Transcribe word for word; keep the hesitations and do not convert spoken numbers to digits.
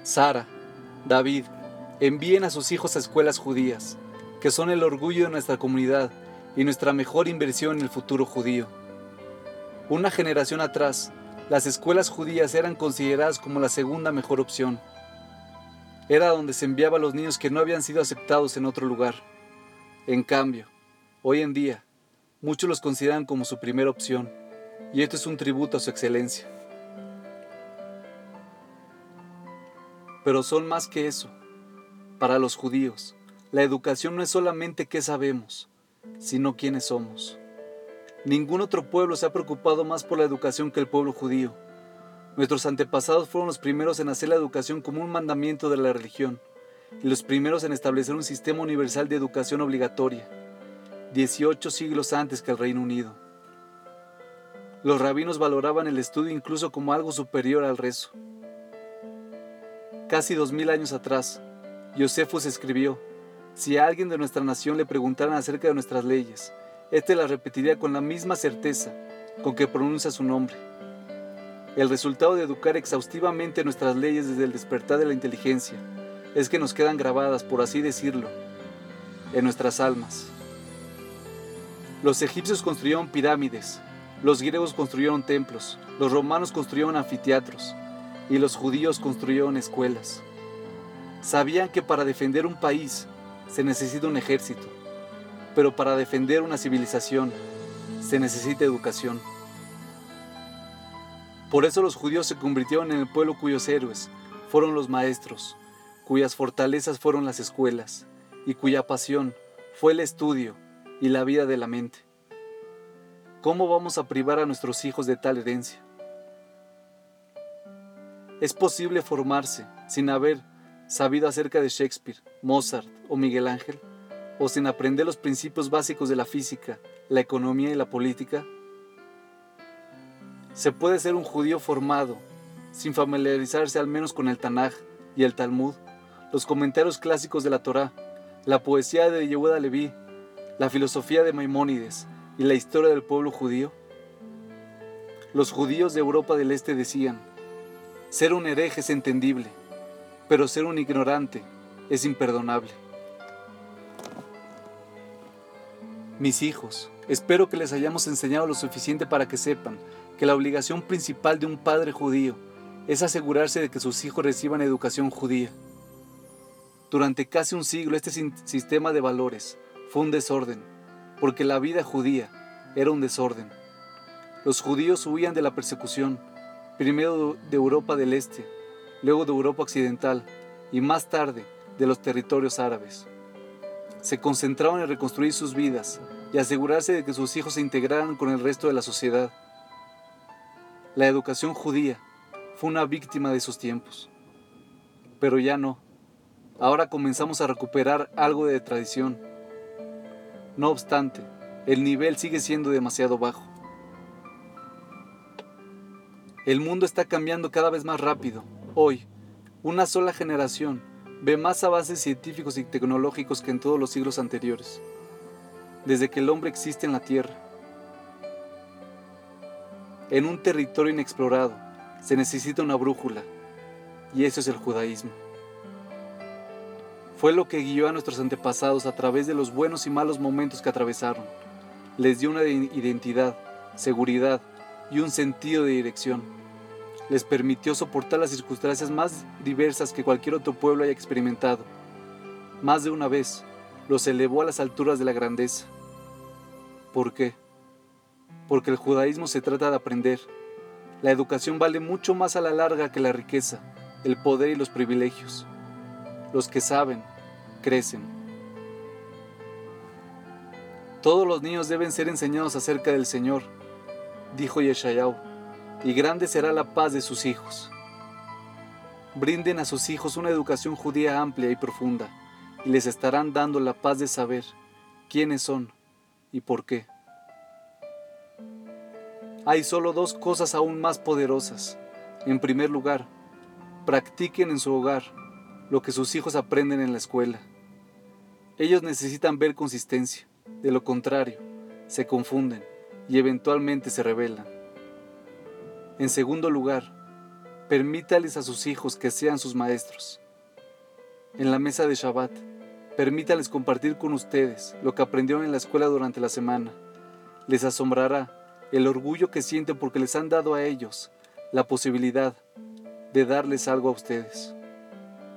Sara, David, envíen a sus hijos a escuelas judías, que son el orgullo de nuestra comunidad y nuestra mejor inversión en el futuro judío. Una generación atrás, las escuelas judías eran consideradas como la segunda mejor opción. Era donde se enviaba a los niños que no habían sido aceptados en otro lugar. En cambio, hoy en día, muchos los consideran como su primera opción, y esto es un tributo a su excelencia. Pero son más que eso. Para los judíos, la educación no es solamente qué sabemos, sino quiénes somos. Ningún otro pueblo se ha preocupado más por la educación que el pueblo judío. Nuestros antepasados fueron los primeros en hacer la educación como un mandamiento de la religión, y los primeros en establecer un sistema universal de educación obligatoria, dieciocho siglos antes que el Reino Unido. Los rabinos valoraban el estudio incluso como algo superior al rezo. Casi dos mil años atrás, Josefus escribió: si a alguien de nuestra nación le preguntaran acerca de nuestras leyes, éste las repetiría con la misma certeza con que pronuncia su nombre. El resultado de educar exhaustivamente nuestras leyes desde el despertar de la inteligencia es que nos quedan grabadas, por así decirlo, en nuestras almas. Los egipcios construyeron pirámides, los griegos construyeron templos, los romanos construyeron anfiteatros y los judíos construyeron escuelas. Sabían que para defender un país se necesita un ejército, pero para defender una civilización se necesita educación. Por eso los judíos se convirtieron en el pueblo cuyos héroes fueron los maestros, cuyas fortalezas fueron las escuelas y cuya pasión fue el estudio y la vida de la mente. ¿Cómo vamos a privar a nuestros hijos de tal herencia? ¿Es posible formarse sin haber sabido acerca de Shakespeare, Mozart o Miguel Ángel, o sin aprender los principios básicos de la física, la economía y la política? ¿Se puede ser un judío formado sin familiarizarse al menos con el Tanaj y el Talmud, los comentarios clásicos de la Torá, la poesía de Yehuda Leví, la filosofía de Maimónides y la historia del pueblo judío? Los judíos de Europa del Este decían: ser un hereje es entendible, pero ser un ignorante es imperdonable. Mis hijos, espero que les hayamos enseñado lo suficiente para que sepan que la obligación principal de un padre judío es asegurarse de que sus hijos reciban educación judía. Durante casi un siglo este sistema de valores fue un desorden, porque la vida judía era un desorden. Los judíos huían de la persecución, primero de Europa del Este, luego de Europa Occidental y más tarde de los territorios árabes. Se concentraban en reconstruir sus vidas y asegurarse de que sus hijos se integraran con el resto de la sociedad. La educación judía fue una víctima de esos tiempos. Pero ya no. Ahora comenzamos a recuperar algo de tradición. No obstante, el nivel sigue siendo demasiado bajo. El mundo está cambiando cada vez más rápido. Hoy, una sola generación ve más avances científicos y tecnológicos que en todos los siglos anteriores, desde que el hombre existe en la Tierra. En un territorio inexplorado se necesita una brújula, y eso es el judaísmo. Fue lo que guió a nuestros antepasados a través de los buenos y malos momentos que atravesaron. Les dio una identidad, seguridad y un sentido de dirección. Les permitió soportar las circunstancias más diversas que cualquier otro pueblo haya experimentado. Más de una vez, los elevó a las alturas de la grandeza. ¿Por qué? Porque el judaísmo se trata de aprender. La educación vale mucho más a la larga que la riqueza, el poder y los privilegios. Los que saben, crecen. Todos los niños deben ser enseñados acerca del Señor, dijo Yeshayahu, y grande será la paz de sus hijos. Brinden a sus hijos una educación judía amplia y profunda, y les estarán dando la paz de saber quiénes son y por qué. Hay solo dos cosas aún más poderosas. En primer lugar, practiquen en su hogar lo que sus hijos aprenden en la escuela. Ellos necesitan ver consistencia, de lo contrario, se confunden y eventualmente se rebelan. En segundo lugar, Permítales a sus hijos que sean sus maestros. En la mesa de Shabbat, permítales compartir con ustedes lo que aprendieron en la escuela durante la semana. Les asombrará el orgullo que sienten porque les han dado a ellos la posibilidad de darles algo a ustedes.